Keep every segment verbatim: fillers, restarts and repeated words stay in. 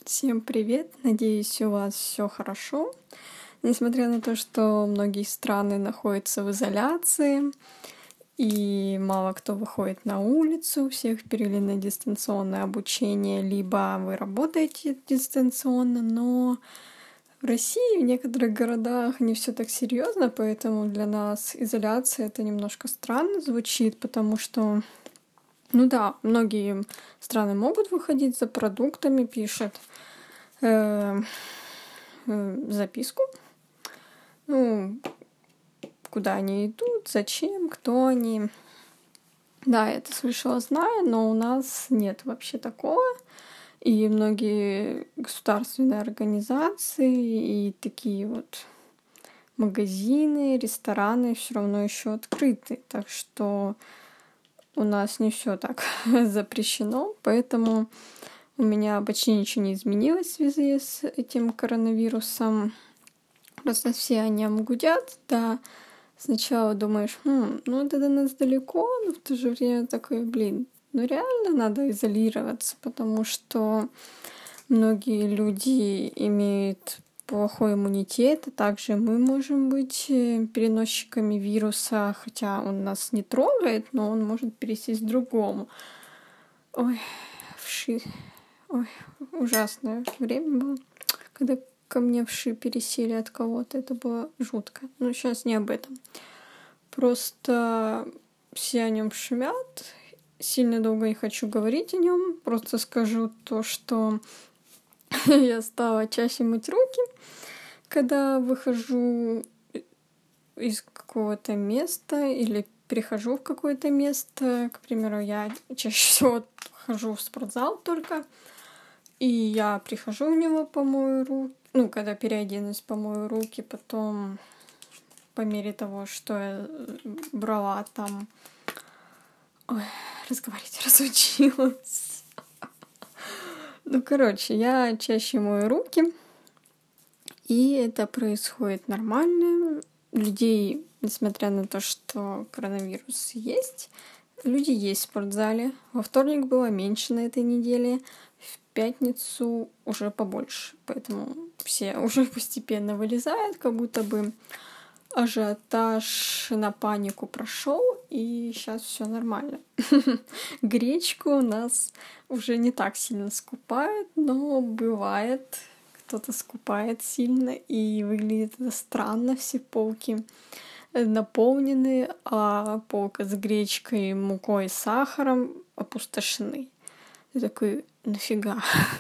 Всем привет! Надеюсь, у вас все хорошо. Несмотря на то, что многие страны находятся в изоляции и мало кто выходит на улицу, всех перевели на дистанционное обучение, либо вы работаете дистанционно, но в России, в некоторых городах не все так серьезно, поэтому для нас изоляция это немножко странно звучит, потому что ну да, многие страны могут выходить за продуктами, пишут э, э, записку, ну, куда они идут, зачем, кто они. Да, я это слышала, знаю, но у нас нет вообще такого. И многие государственные организации и такие вот магазины, рестораны все равно еще открыты. Так что у нас не все так запрещено, поэтому у меня почти ничего не изменилось в связи с этим коронавирусом. Просто все о нем гудят, да. Сначала думаешь, хм, ну это до нас далеко, но в то же время такой, блин, ну реально надо изолироваться, потому что многие люди имеют плохой иммунитет, а также мы можем быть переносчиками вируса, хотя он нас не трогает, но он может пересесть другому. Ой, вши. Ой, ужасное время было, когда ко мне вши пересели от кого-то. Это было жутко. Но сейчас не об этом. Просто все о нем шумят. Сильно долго не хочу говорить о нем. Просто скажу то, что я стала чаще мыть руки, когда выхожу из какого-то места или прихожу в какое-то место. К примеру, я чаще всего хожу в спортзал только. И я прихожу в него, помою руки. Ну, когда переоденусь, помою руки. Потом, по мере того, что я брала там... Ой, разговаривать разучилась. Ну, короче, я чаще мою руки. И это происходит нормально. Людей, несмотря на то, что коронавирус есть, люди есть в спортзале. Во вторник было меньше на этой неделе. В пятницу уже побольше. Поэтому все уже постепенно вылезают, как будто бы ажиотаж на панику прошел, и сейчас все нормально. Гречку у нас уже не так сильно скупают, но бывает, кто-то скупает сильно, и выглядит это странно, все полки наполнены, а полка с гречкой, мукой, сахаром опустошены. Ты такой, нафига?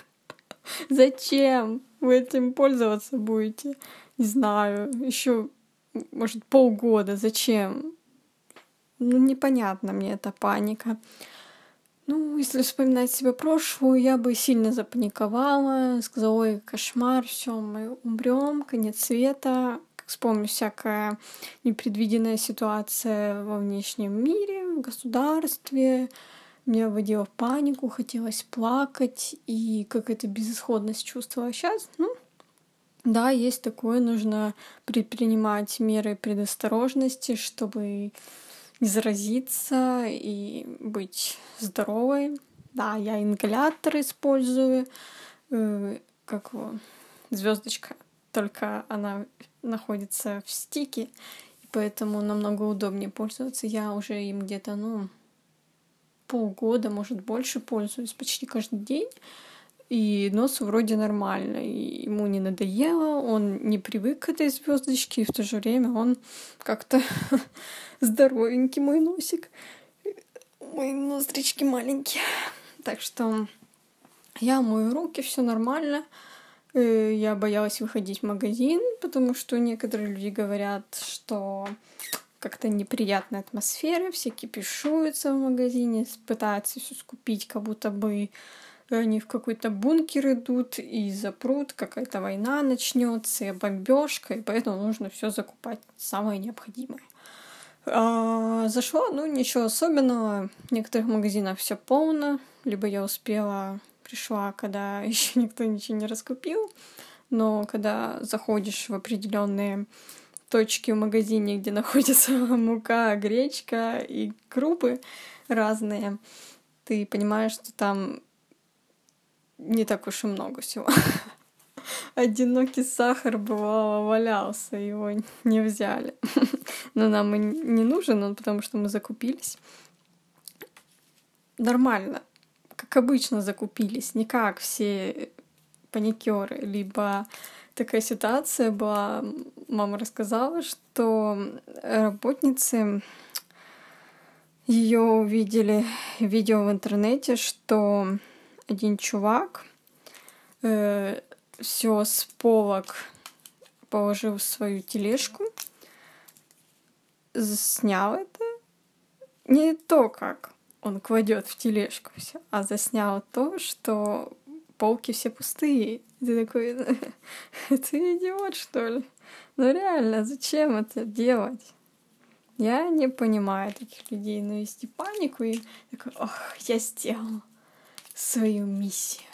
Зачем вы этим пользоваться будете? Не знаю, еще, может, полгода. Зачем? Ну, непонятно мне эта паника. Ну, если вспоминать себе прошлую, я бы сильно запаниковала, сказала, ой, кошмар, все, мы умрем, конец света. Вспомню всякая непредвиденная ситуация во внешнем мире, в государстве. Меня вводило в панику, хотелось плакать, и какая-то безысходность чувствовала. Сейчас, ну, да, есть такое, нужно предпринимать меры предосторожности, чтобы не заразиться и быть здоровой. Да, я ингалятор использую, э, как его, звездочка, только она находится в стике, и поэтому намного удобнее пользоваться. Я уже им где-то, ну, полгода, может, больше пользуюсь почти каждый день. И носу вроде нормально, и ему не надоело, он не привык к этой звездочке, и в то же время он как-то здоровенький, мой носик. Мои ноздрички маленькие. Так что я мою руки, все нормально. Я боялась выходить в магазин, потому что некоторые люди говорят, что как-то неприятная атмосфера, все кипишуются в магазине, пытаются все скупить, как будто бы они в какой-то бункер идут и запрут, какая-то война начнется, бомбежка, и поэтому нужно все закупать самое необходимое. А, зашла, ну ничего особенного, в некоторых магазинах все полно, либо я успела, пришла, когда еще никто ничего не раскупил, но когда заходишь в определенные точки в магазине, где находится мука, гречка и крупы разные, ты понимаешь, что там не так уж и много всего. Одинокий сахар, бывало, валялся, его не взяли. Но нам и не нужен он, потому что мы закупились. Нормально, как обычно закупились, не как все паникеры. Либо такая ситуация была, мама рассказала, что работницы ее увидели видео в интернете, что один чувак э, все с полок положил в свою тележку, заснял это. Не то, как он кладет в тележку все, а заснял то, что полки все пустые. И ты такой, ты идиот, что ли? Ну реально, зачем это делать? Я не понимаю таких людей, но вести панику и такой, ох, я сделал свою миссию.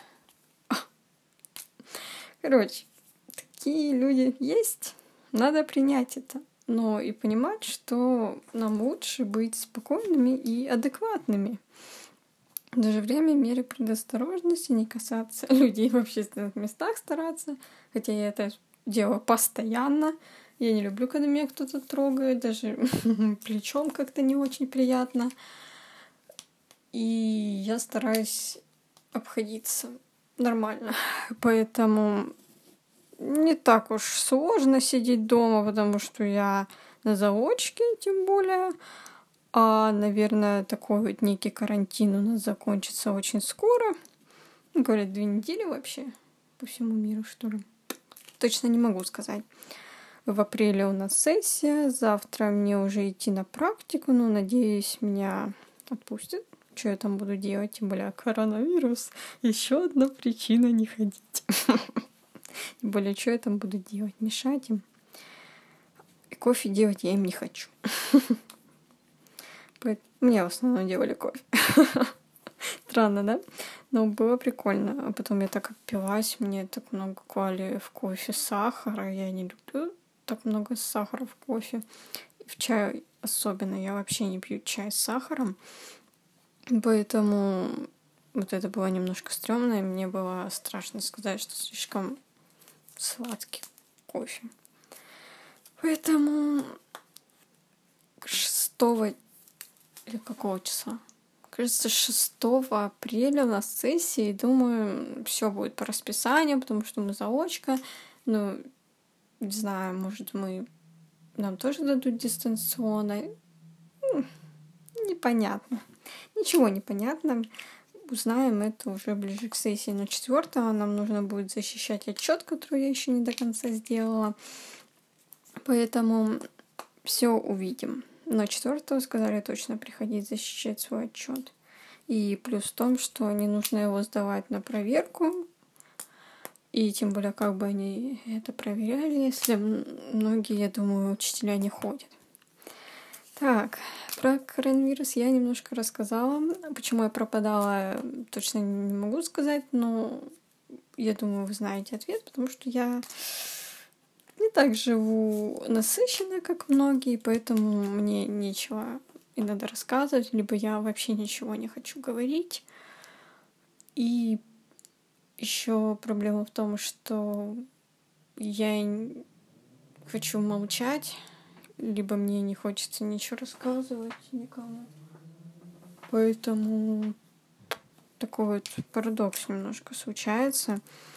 Короче, такие люди есть, надо принять это, но и понимать, что нам лучше быть спокойными и адекватными. В то же время меры предосторожности, не касаться людей в общественных местах, стараться, хотя я это делаю постоянно. Я не люблю, когда меня кто-то трогает, даже плечом как-то не очень приятно. И я стараюсь обходиться нормально. Поэтому не так уж сложно сидеть дома, потому что я на заочке, тем более. А, наверное, такой вот некий карантин у нас закончится очень скоро. Говорят, две недели вообще по всему миру, что ли. Точно не могу сказать. В апреле у нас сессия, завтра мне уже идти на практику, но, надеюсь, меня отпустят. Что я там буду делать? Тем более коронавирус. Еще одна причина не ходить. Тем более, что я там буду делать? Мешать им? И кофе делать я им не хочу. Мне в основном делали кофе. Странно, да? Но было прикольно. А потом я так опилась, мне так много клали в кофе сахара. Я не люблю так много сахара в кофе. В чай особенно. Я вообще не пью чай с сахаром. Поэтому вот это было немножко стрёмно. И мне было страшно сказать, что слишком сладкий кофе. Поэтому шестого или какого числа? Кажется, шестого апреля у нас сессия, и думаю, все будет по расписанию, потому что мы заочка. Ну, не знаю, может, мы нам тоже дадут дистанционно. Непонятно. Ничего не понятно. Узнаем это уже ближе к сессии. Но четвёртого нам нужно будет защищать отчет, который я еще не до конца сделала. Поэтому все увидим. Но четвёртого сказали точно приходить защищать свой отчет. И плюс в том, что не нужно его сдавать на проверку. И тем более, как бы они это проверяли, если многие, я думаю, учителя не ходят. Так, про коронавирус я немножко рассказала. Почему я пропадала, точно не могу сказать, но я думаю, вы знаете ответ, потому что я не так живу насыщенно, как многие, поэтому мне нечего иногда рассказывать, либо я вообще ничего не хочу говорить. И еще проблема в том, что я хочу молчать, либо мне не хочется ничего рассказывать никому. Поэтому такой вот парадокс немножко случается.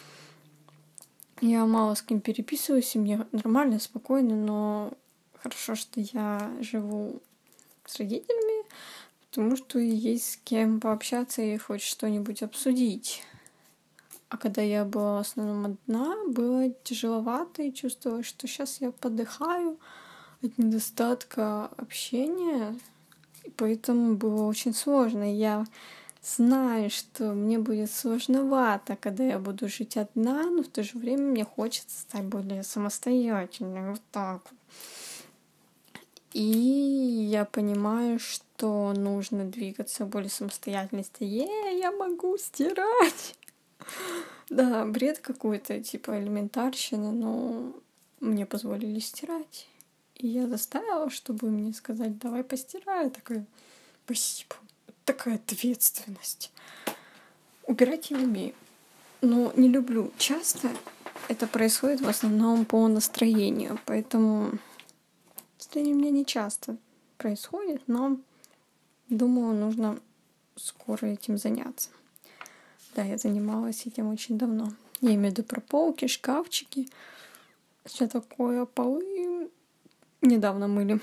Я мало с кем переписываюсь, и мне нормально, спокойно, но хорошо, что я живу с родителями, потому что есть с кем пообщаться и хоть что-нибудь обсудить. А когда я была в основном одна, было тяжеловато, и чувствовала, что сейчас я подыхаю от недостатка общения, и поэтому было очень сложно. Я знаю, что мне будет сложновато, когда я буду жить одна, но в то же время мне хочется стать более самостоятельной, вот так вот. И я понимаю, что нужно двигаться более самостоятельно. Е, я могу стирать! Да, бред какой-то, типа элементарщина, но мне позволили стирать. И я заставила, чтобы мне сказать, давай постирай. Я такая, спасибо. Такая ответственность. Убирать я не умею. Но не люблю часто. Это происходит в основном по настроению, поэтому настроение у меня не часто происходит, но думаю, нужно скоро этим заняться. Да, я занималась этим очень давно. Я имею в виду про полки, шкафчики, все такое, полы недавно мыли.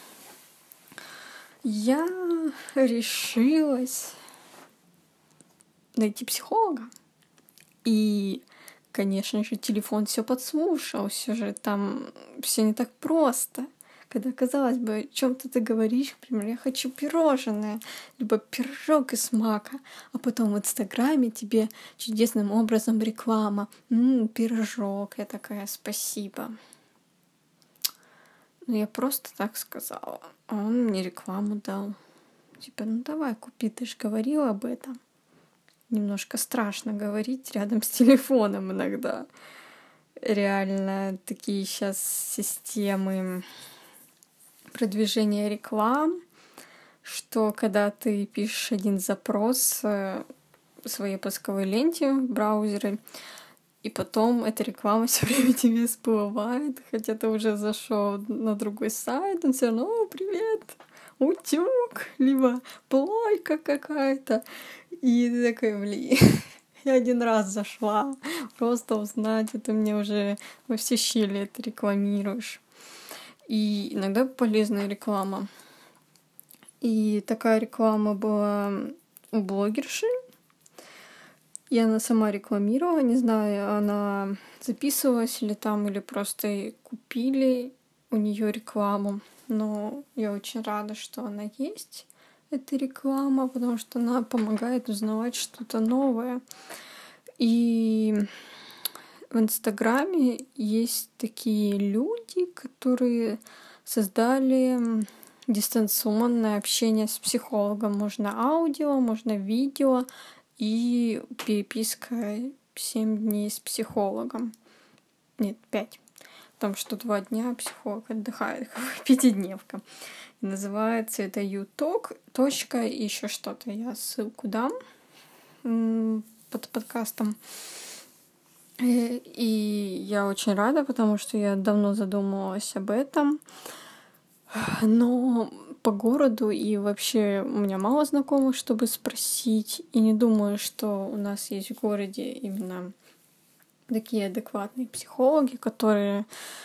Я решилась найти психолога. И, конечно же, телефон все подслушал, все же там все не так просто. Когда, казалось бы, о чем-то ты говоришь, например, я хочу пирожное, либо пирожок из мака, а потом в Инстаграме тебе чудесным образом реклама. М-м, пирожок. Я такая, спасибо. Ну, я просто так сказала. А он мне рекламу дал. Типа, ну давай, купи, ты же говорил об этом. Немножко страшно говорить рядом с телефоном иногда. Реально такие сейчас системы продвижения реклам, что когда ты пишешь один запрос в своей поисковой ленте в браузере, и потом эта реклама все время тебе всплывает, хотя ты уже зашел на другой сайт, он все равно: «О, привет, утюг», либо плойка какая-то. И ты такой, блин, я один раз зашла, просто узнать, это мне уже во все щели это рекламируешь. И иногда полезная реклама. И такая реклама была у блогерши. И она сама рекламировала, не знаю, она записывалась или там, или просто купили у нее рекламу. Но я очень рада, что она есть, эта реклама, потому что она помогает узнавать что-то новое. И в Инстаграме есть такие люди, которые создали дистанционное общение с психологом. Можно аудио, можно видео и переписка семь дней с психологом. Нет, пять. Потому что два дня психолог отдыхает, пятидневка. И называется это юток. Точка и еще что-то. Я ссылку дам под подкастом. И я очень рада, потому что я давно задумывалась об этом. Но по городу и вообще у меня мало знакомых, чтобы спросить. И не думаю, что у нас есть в городе именно такие адекватные психологи, которые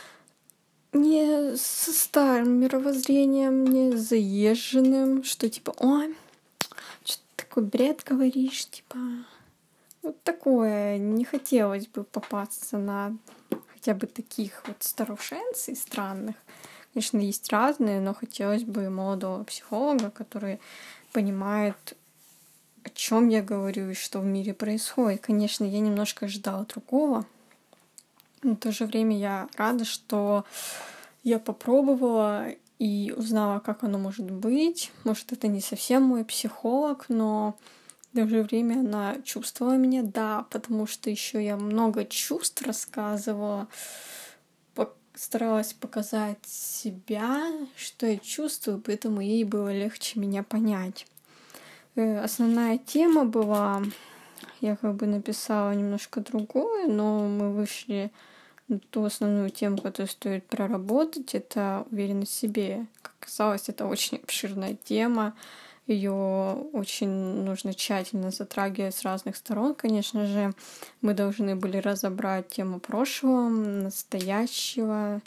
не со старым мировоззрением, не заезженным, что типа, ой, что ты такой бред говоришь, типа, вот такое. Не хотелось бы попасться на хотя бы таких вот старушенцей странных. Конечно, есть разные, но хотелось бы молодого психолога, который понимает, о чем я говорю и что в мире происходит. Конечно, я немножко ждала другого. Но в то же время я рада, что я попробовала и узнала, как оно может быть. Может, это не совсем мой психолог, но в то же время она чувствовала меня, да, потому что еще я много чувств рассказывала, старалась показать себя, что я чувствую, поэтому ей было легче меня понять. Основная тема была, я как бы написала немножко другое, но мы вышли на ту основную тему, которую стоит проработать, это уверенность в себе. Как оказалось, это очень обширная тема, ее очень нужно тщательно затрагивать с разных сторон. Конечно же, мы должны были разобрать тему прошлого, настоящего,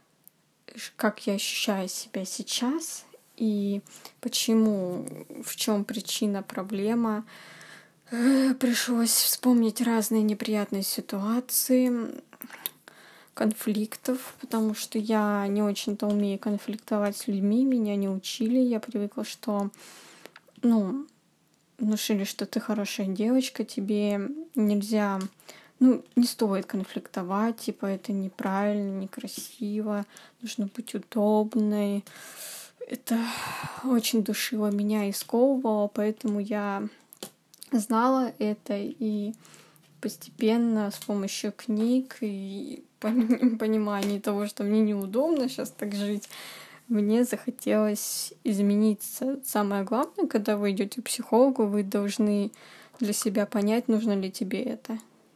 как я ощущаю себя сейчас и почему, в чем причина, проблема. Пришлось вспомнить разные неприятные ситуации, конфликтов, потому что я не очень-то умею конфликтовать с людьми, меня не учили, я привыкла, что, ну, внушили, что ты хорошая девочка, тебе нельзя, ну, не стоит конфликтовать, типа, это неправильно, некрасиво, нужно быть удобной. Это очень душило меня и сковывало, поэтому я знала это, и постепенно с помощью книг и понимания того, что мне неудобно сейчас так жить, мне захотелось измениться. Самое главное, когда вы идете к психологу, вы должны для себя понять, нужно ли тебе это.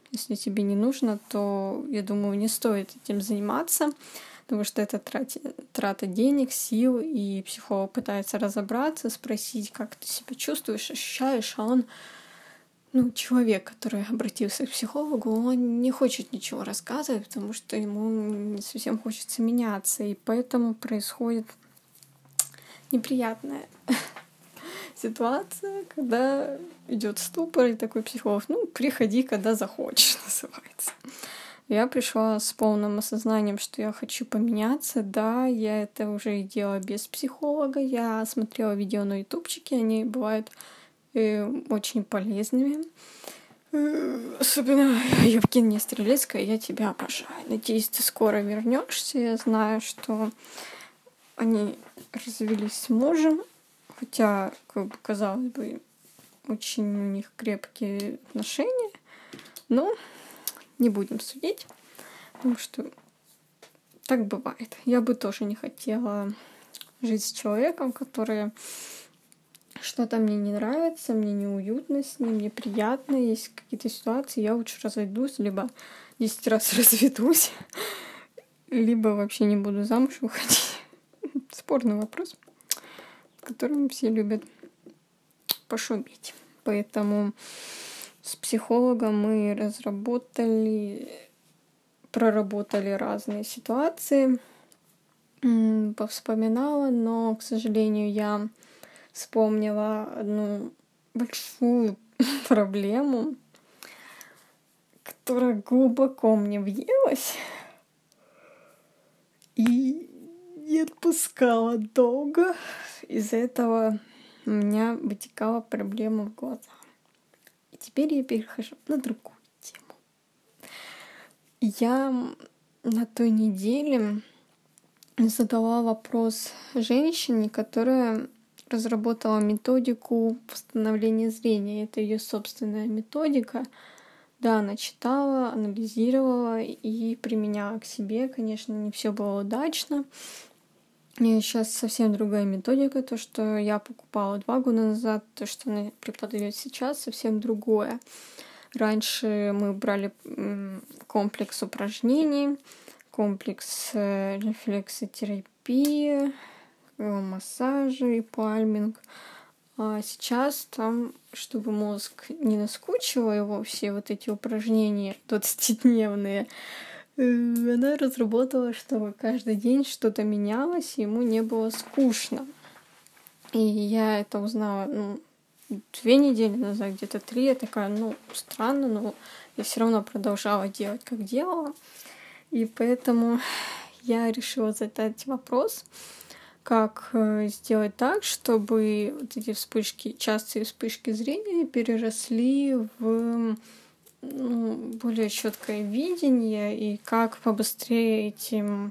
Если тебе не нужно, то, я думаю, не стоит этим заниматься, потому что это трати, трата денег, сил, и психолог пытается разобраться, спросить, как ты себя чувствуешь, ощущаешь, а он, ну, человек, который обратился к психологу, он не хочет ничего рассказывать, потому что ему не совсем хочется меняться, и поэтому происходит неприятная ситуация, когда идет ступор, и такой психолог, ну, приходи, когда захочешь, называется. Я пришла с полным осознанием, что я хочу поменяться. Да, я это уже и делала без психолога. Я смотрела видео на ютубчике, они бывают э, очень полезными. Э, особенно Евгения Стрелецкая, я тебя обожаю. Надеюсь, ты скоро вернешься. Я знаю, что они развелись с мужем, хотя, как бы, казалось бы, очень у них крепкие отношения, но не будем судить, потому что так бывает. Я бы тоже не хотела жить с человеком, который что-то мне не нравится, мне неуютно с ним, неприятно, есть какие-то ситуации, я лучше разойдусь, либо десять раз разведусь, либо вообще не буду замуж выходить. Спорный вопрос, которым все любят пошуметь. Поэтому с психологом мы разработали, проработали разные ситуации, повспоминала, но, к сожалению, я вспомнила одну большую проблему, которая глубоко мне въелась и не отпускала долго. Из-за этого у меня вытекала проблема в глаза. И теперь я перехожу на другую тему. Я на той неделе задала вопрос женщине, которая разработала методику восстановления зрения. Это ее собственная методика. Да, она читала, анализировала и применяла к себе. Конечно, не все было удачно. И сейчас совсем другая методика. То, что я покупала два года назад, то, что она преподает сейчас, совсем другое. Раньше мы брали комплекс упражнений, комплекс рефлексотерапии, массажи и пальминг. А сейчас там, чтобы мозг не наскучивал его, все вот эти упражнения двадцатидневные, она разработала, чтобы каждый день что-то менялось, и ему не было скучно. И я это узнала, ну, две недели назад, где-то три. Я такая, ну, странно, но я все равно продолжала делать, как делала. И поэтому я решила задать вопрос, как сделать так, чтобы вот эти вспышки, частые вспышки зрения переросли в, ну, более четкое видение, и как побыстрее этим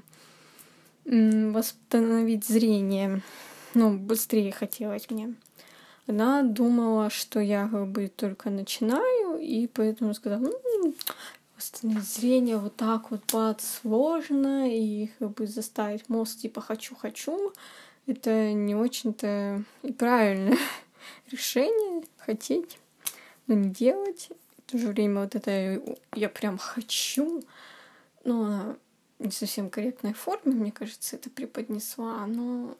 восстановить зрение. Ну, быстрее хотелось мне. Она думала, что я как бы только начинаю, и поэтому сказала, ну, восстановить зрение вот так вот бац, сложно, и как бы заставить мозг типа «хочу-хочу». Это не очень-то и правильное решение — хотеть, но не делать. В то же время вот это «я прям хочу», но она не совсем корректной форме, мне кажется, это преподнесла, но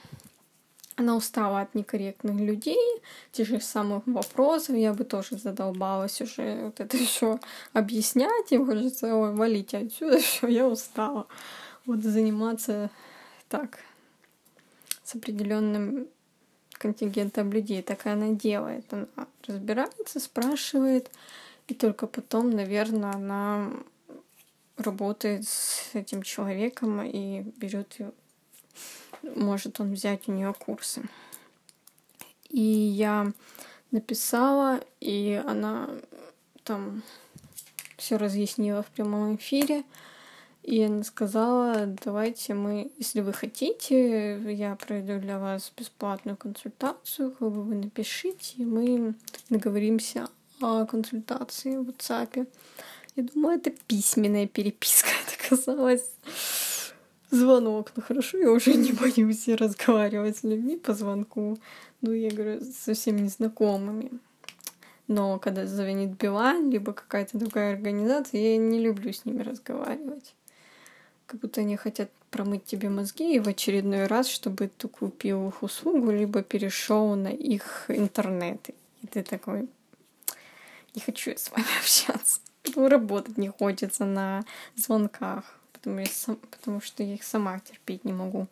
она устала от некорректных людей, тех же самых вопросов. Я бы тоже задолбалась уже вот это все объяснять. И хочется, ой, валите отсюда, все, я устала. Вот заниматься так с определенным контингентом людей. Так и она делает. Она разбирается, спрашивает, и только потом, наверное, она работает с этим человеком и берет его. Может он взять у нее курсы. И я написала, и она там все разъяснила в прямом эфире. И она сказала, давайте мы, если вы хотите, я проведу для вас бесплатную консультацию, как бы вы напишите, и мы договоримся о консультации в WhatsApp. Я думаю, это письменная переписка, это казалось. Звонок. Ну хорошо, я уже не боюсь разговаривать с людьми по звонку. Ну, я говорю, с совсем незнакомыми. Но когда звонит Билайн, либо какая-то другая организация, я не люблю с ними разговаривать. Как будто они хотят промыть тебе мозги и в очередной раз, чтобы ты купил их услугу, либо перешел на их интернет. И ты такой: не хочу я с вами общаться. Потом работать не хочется на звонках, потому, я сам, потому что я их сама терпеть не могу.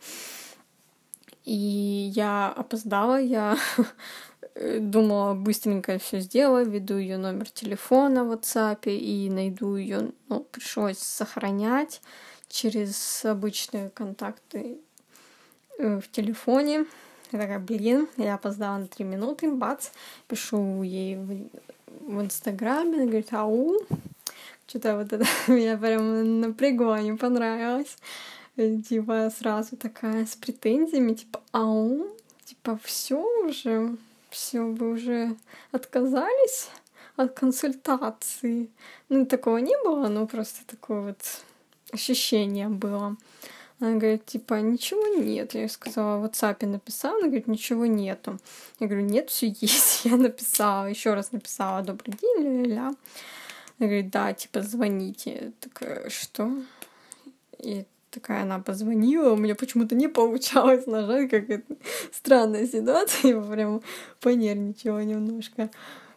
И я опоздала, я думала, быстренько все сделаю, введу ее номер телефона в WhatsApp и найду ее. Ну, пришлось сохранять через обычные контакты в телефоне. Я такая: блин, я опоздала на три минуты, бац, пишу ей в, в Инстаграме, она говорит: ау, что-то вот это меня прям напрягло, не понравилось. Типа сразу такая с претензиями, типа: ау, типа все уже, все, вы уже отказались от консультации. Ну, такого не было, но просто такое вот ощущение было. Она говорит, типа, ничего нет. Я ей сказала, в WhatsApp написала, она говорит, ничего нету. Я говорю, нет, все есть. Я написала, еще раз написала: добрый день, ля-ля-ля. Она говорит, да, типа, звоните. Я такая, что? И такая она позвонила, у меня почему-то не получалось нажать, какая-то странная ситуация, я прям понервничала немножко.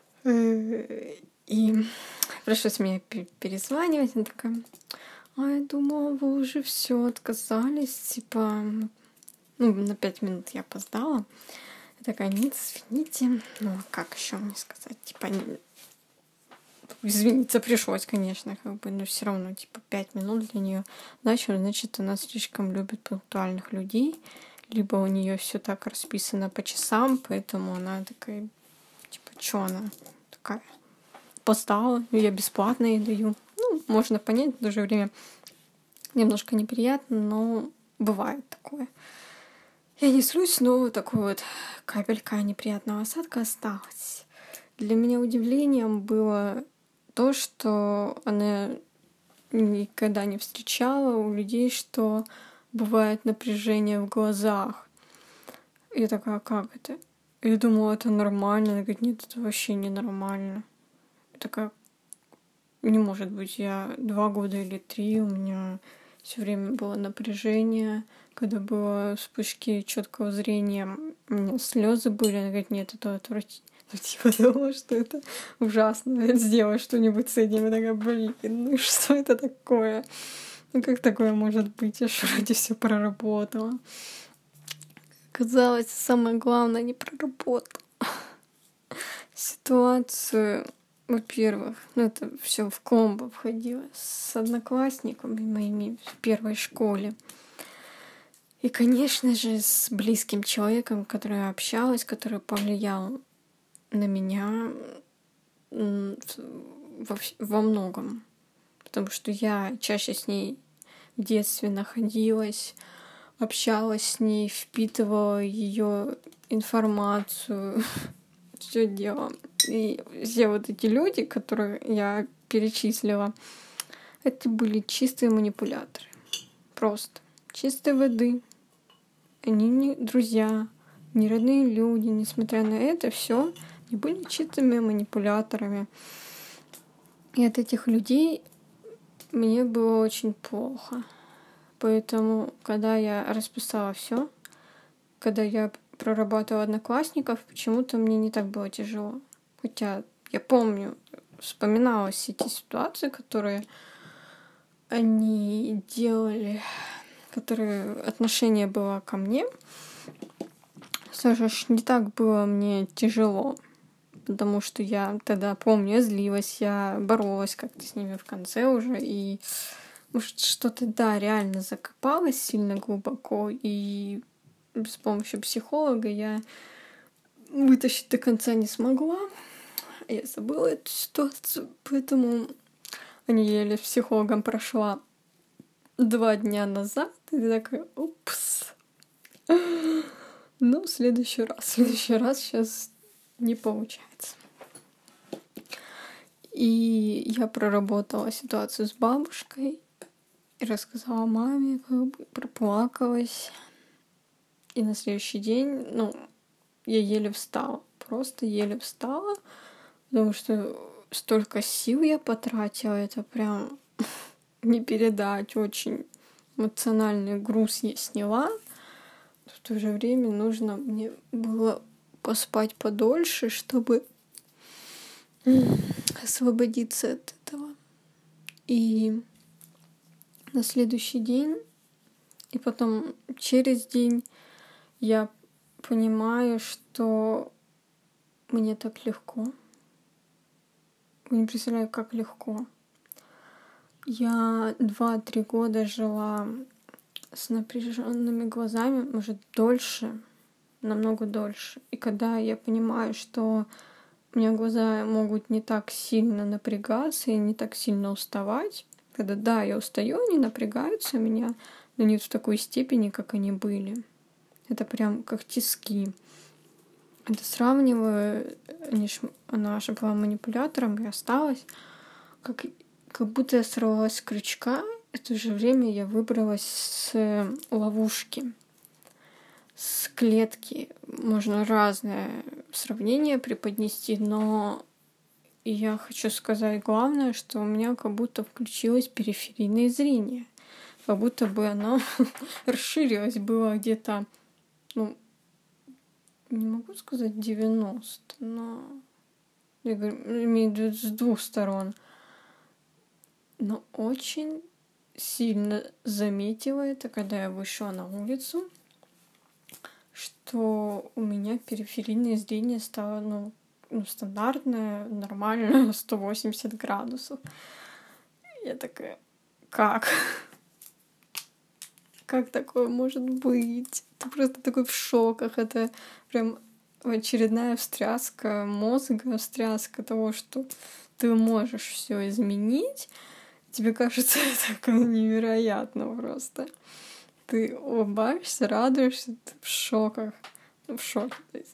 И пришлось мне перезванивать, она такая: а я думала, вы уже все отказались, типа, ну, на пять минут я опоздала. Я такая: нет, извините, ну, а как еще мне сказать, типа, извиниться пришлось, конечно, как бы, но все равно, типа, пять минут для нее. Значит, значит, она слишком любит пунктуальных людей, либо у нее все так расписано по часам, поэтому она такая, типа, что она такая постала, я бесплатно ей даю. Ну, можно понять, в то же время немножко неприятно, но бывает такое. Я не злюсь, но такой вот капелька неприятного осадка осталась. Для меня удивлением было то, что она никогда не встречала у людей, что бывает напряжение в глазах. Я такая: как это? Я думала, это нормально. Она говорит, нет, это вообще не нормально. Я такая: не может быть, я два года или три, у меня все время было напряжение, когда было вспышки четкого зрения, у меня слезы были. Она говорит, нет, это отвратительно. Ну, типа, думала, что это ужасно. Сделай что-нибудь с этим. Я такая: блин, ну что это такое? Ну как такое может быть? Я же вроде все проработала. Казалось, самое главное не проработала. Ситуацию, во-первых, ну это все в комбо входило с одноклассниками моими в первой школе. И, конечно же, с близким человеком, который я общалась, который повлиял на меня во, во многом. Потому что я чаще с ней в детстве находилась, общалась с ней, впитывала ее информацию, все делала. И все вот эти люди, которые я перечислила, это были чистые манипуляторы. Просто чистой воды. Они не друзья, не родные люди. Несмотря на это все, они были чистыми манипуляторами. И от этих людей мне было очень плохо. Поэтому, когда я расписала все, когда я прорабатывала одноклассников, почему-то мне не так было тяжело. Хотя я помню, вспоминала все эти ситуации, которые они делали, которые отношение было ко мне. Все же не так было мне тяжело, потому что я тогда, помню, я злилась, я боролась как-то с ними в конце уже, и может, что-то, да, реально закопалось сильно глубоко, и с помощью психолога я вытащить до конца не смогла. Я забыла эту ситуацию, поэтому они еле с психологом прошла два дня назад, и такая: упс. Ну, в следующий раз. В следующий раз сейчас не получается. И я проработала ситуацию с бабушкой и рассказала маме, как бы проплакалась. И на следующий день, ну, я еле встала. Просто еле встала. потому что столько сил я потратила, это прям не передать, очень эмоциональный груз я сняла. В то же время нужно мне было поспать подольше, чтобы освободиться от этого. И на следующий день, и потом через день я понимаю, что мне так легко. Я не представляю, как легко. Я два-три года жила с напряженными глазами, может, дольше, намного дольше. И когда я понимаю, что у меня глаза могут не так сильно напрягаться и не так сильно уставать, когда, да, я устаю, они напрягаются у меня, но не в такой степени, как они были. Это прям как тиски. Это сравниваю, они ж, она же была манипулятором и осталась, как, как будто я сорвалась с крючка, и в то же время я выбралась с ловушки, с клетки. Можно разное сравнение преподнести, но я хочу сказать главное, что у меня как будто включилось периферийное зрение. Как будто бы оно расширилось, было где-то, ну, не могу сказать девяносто, но я говорю, имею в виду с двух сторон. Но очень сильно заметила это, когда я вышла на улицу, что у меня периферийное зрение стало, ну, ну стандартное, нормальное, сто восемьдесят градусов. Я такая, как? Как такое может быть? Ты просто такой в шоках. Это прям очередная встряска мозга, встряска того, что ты можешь все изменить. Тебе кажется, это невероятно просто. Ты улыбаешься, радуешься, ты в шоках. В шоке. То есть.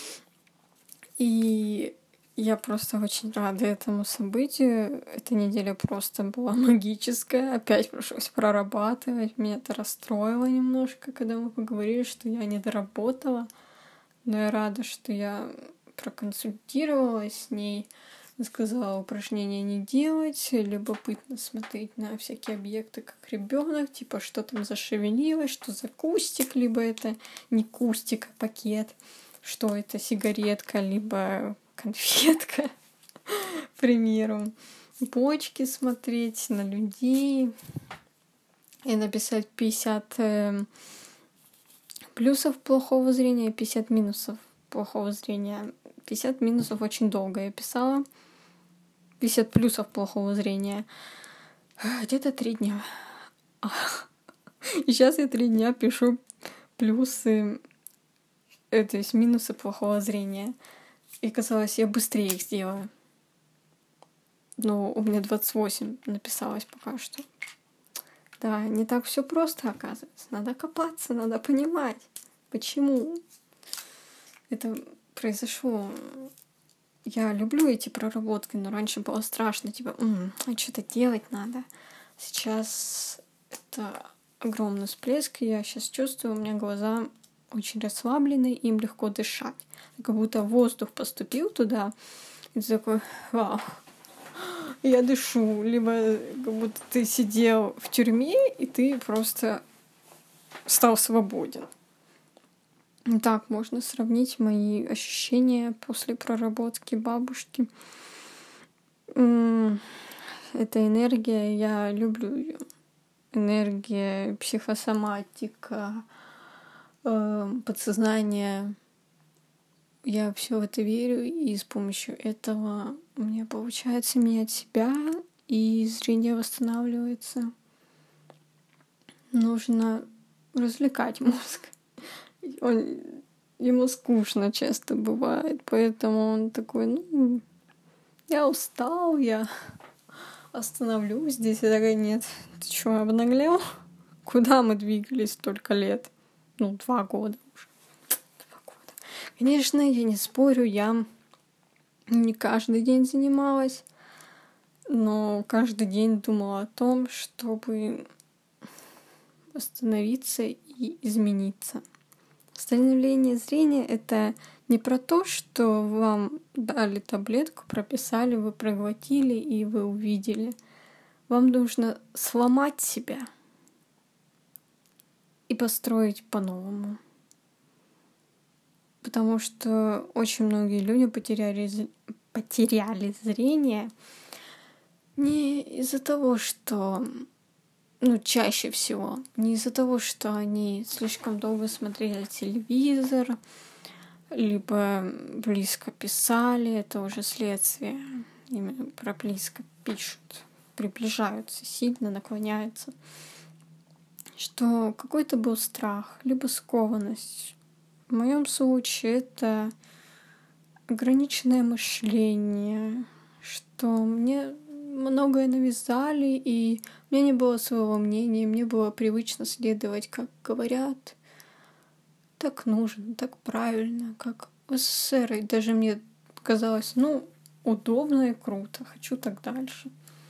И я просто очень рада этому событию. Эта неделя просто была магическая. Опять пришлось прорабатывать. Меня это расстроило немножко, когда мы поговорили, что я не доработала. Но я рада, что я проконсультировалась с ней, сказала упражнения не делать, любопытно смотреть на всякие объекты, как ребенок, типа что там зашевелилось, что за кустик, либо это не кустик, а пакет, что это сигаретка, либо конфетка, к примеру. Почки смотреть, на людей. И написать пятьдесят плюсов плохого зрения, пятьдесят минусов плохого зрения. пятьдесят минусов очень долго я писала. пятьдесят плюсов плохого зрения. Где-то три дня. И сейчас я три дня пишу плюсы, то есть минусы плохого зрения. И казалось, я быстрее их сделаю. Но у меня двадцать восемь написалось пока что. Да, не так все просто, оказывается. Надо копаться, надо понимать, почему это произошло. Я люблю эти проработки, но раньше было страшно, типа, М, а что-то делать надо. Сейчас это огромный всплеск, и я сейчас чувствую, у меня глаза очень расслаблены, им легко дышать. Как будто воздух поступил туда, и ты такой, вау, я дышу. Либо как будто ты сидел в тюрьме, и ты просто стал свободен. Так можно сравнить мои ощущения после проработки бабушки. Это энергия, я люблю ее. Энергия, психосоматика, подсознание. Я все в это верю, и с помощью этого у меня получается менять себя, и зрение восстанавливается. Нужно развлекать мозг. Он, ему скучно часто бывает, поэтому он такой, ну, я устал, я остановлюсь здесь. Я такая, нет, ты что, обнаглел? Куда мы двигались столько лет? Ну, два года уже. Два года. Конечно, я не спорю, я не каждый день занималась, но каждый день думала о том, чтобы остановиться и измениться. Восстановление зрения — это не про то, что вам дали таблетку, прописали, вы проглотили и вы увидели. Вам нужно сломать себя и построить по-новому. Потому что очень многие люди потеряли, потеряли зрение не из-за того, что, ну, чаще всего, не из-за того, что они слишком долго смотрели телевизор, либо близко писали, это уже следствие, именно про близко пишут, приближаются сильно, наклоняются, что какой-то был страх, либо скованность. В моем случае это ограниченное мышление, что мне многое навязали, и у меня не было своего мнения, мне было привычно следовать, как говорят, так нужно, так правильно, как в СССР. И даже мне казалось, ну, удобно и круто, хочу так дальше.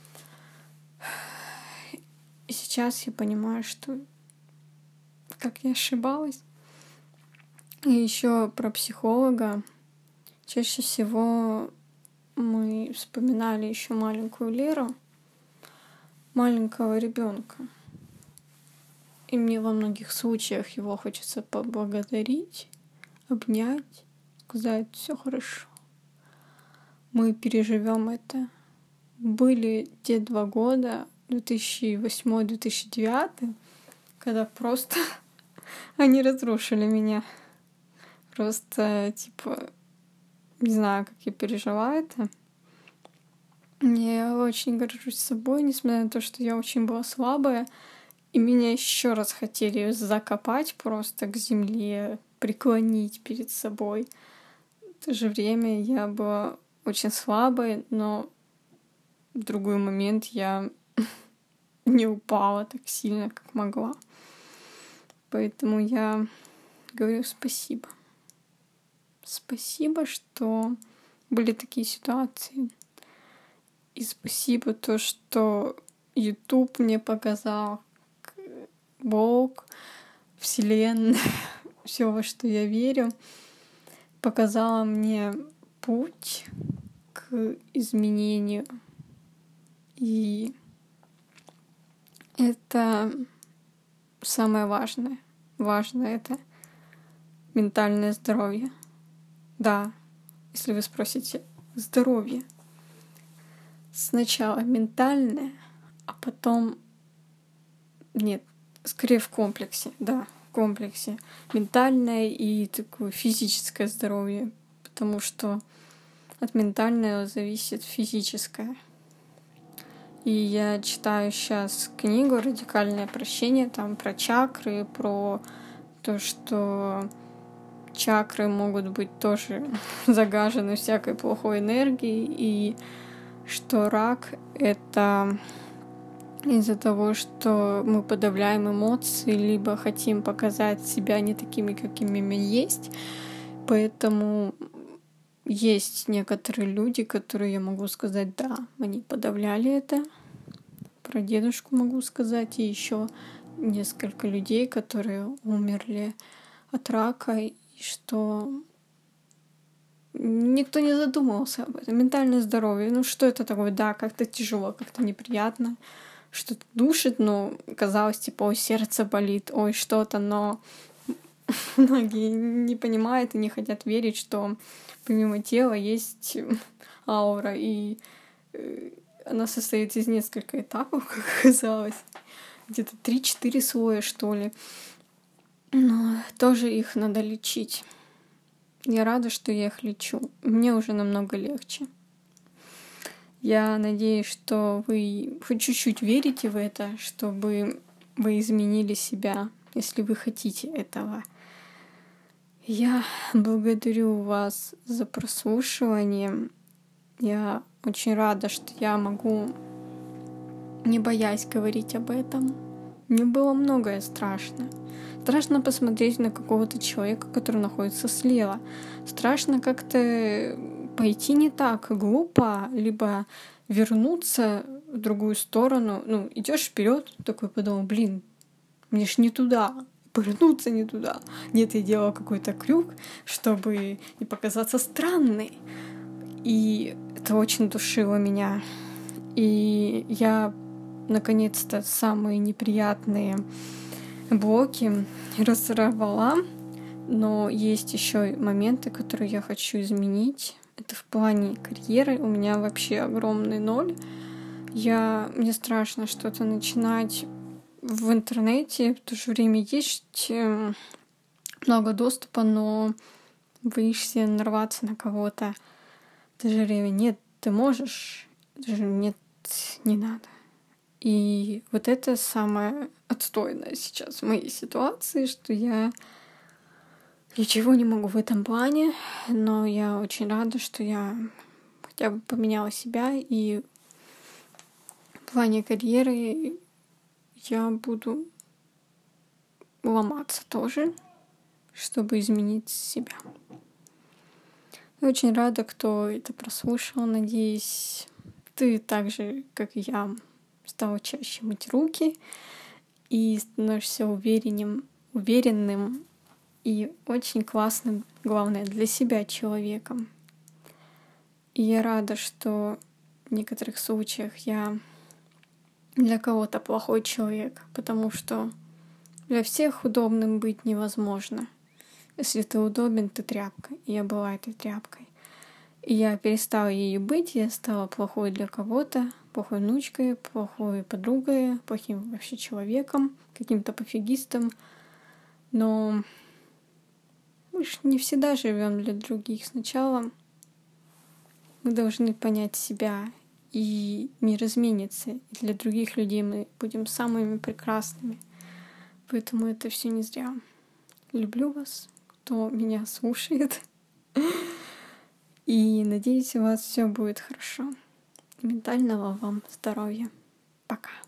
И сейчас я понимаю, что как я ошибалась. И еще про психолога. Чаще всего мы вспоминали еще маленькую Леру, маленького ребенка. И мне во многих случаях его хочется поблагодарить, обнять, сказать: все хорошо. Мы переживем это. Были те два года, две тысячи восьмой — две тысячи девятый, когда просто они разрушили меня. Просто, типа, не знаю, как я пережила это. Я очень горжусь собой, несмотря на то, что я очень была слабая. И меня еще раз хотели закопать просто к земле, преклонить перед собой. В то же время я была очень слабой, но в другой момент я не упала так сильно, как могла. Поэтому я говорю спасибо. Спасибо, что были такие ситуации. И спасибо то, что YouTube мне показал, Бог, Вселенная, все, во что я верю, показала мне путь к изменению. И это самое важное. Важное — это ментальное здоровье. Да, если вы спросите, здоровье. Сначала ментальное, а потом... Нет, скорее в комплексе, да, в комплексе. Ментальное и такое физическое здоровье, потому что от ментального зависит физическое. И я читаю сейчас книгу «Радикальное прощение», там про чакры, про то, что чакры могут быть тоже загажены всякой плохой энергией, и что рак — это из-за того, что мы подавляем эмоции, либо хотим показать себя не такими, какими мы есть. Поэтому есть некоторые люди, которые, я могу сказать, да, они подавляли это. Про дедушку могу сказать, и еще несколько людей, которые умерли от рака, и что никто не задумывался об этом. Ментальное здоровье, ну что это такое? Да, как-то тяжело, как-то неприятно, что-то душит, но казалось, типа, ой, сердце болит, ой, что-то, но многие не понимают и не хотят верить, что помимо тела есть аура, и она состоит из нескольких этапов, как оказалось, где-то три-четыре слоя, что ли. Но тоже их надо лечить. Я рада, что я их лечу. Мне уже намного легче. Я надеюсь, что вы хоть чуть-чуть верите в это, чтобы вы изменили себя, если вы хотите этого. Я благодарю вас за прослушивание. Я очень рада, что я могу, не боясь, говорить об этом. Мне было многое страшно. Страшно посмотреть на какого-то человека, который находится слева. Страшно как-то пойти не так, глупо, либо вернуться в другую сторону. Ну, идешь вперед, такой подумал, блин, мне ж не туда. пырнуться не туда. Нет, я делала какой-то крюк, чтобы не показаться странной. И это очень душило меня. И я, наконец-то, самые неприятные блоки разорвала. Но есть еще моменты, которые я хочу изменить. Это в плане карьеры. У меня вообще огромный ноль. Я... Мне страшно что-то начинать в интернете. В то же время есть много доступа, но боишься нарваться на кого-то. В то же время нет, ты можешь. В то же время нет, не надо. И вот это самое отстойное сейчас в моей ситуации, что я ничего не могу в этом плане, но я очень рада, что я хотя бы поменяла себя, и в плане карьеры я буду ломаться тоже, чтобы изменить себя. Я очень рада, кто это прослушал. Надеюсь, ты так же, как и я, стал чаще мыть руки и становишься уверенным, уверенным и очень классным, главное, для себя человеком. И я рада, что в некоторых случаях я для кого-то плохой человек, потому что для всех удобным быть невозможно. Если ты удобен, ты тряпка. И я была этой тряпкой. И я перестала ею быть, я стала плохой для кого-то, плохой внучкой, плохой подругой, плохим вообще человеком, каким-то пофигистом. Но мы же не всегда живем для других. Сначала мы должны понять себя, и мир изменится. И для других людей мы будем самыми прекрасными. Поэтому это все не зря. Люблю вас, кто меня слушает. И надеюсь, у вас все будет хорошо. Ментального вам здоровья. Пока.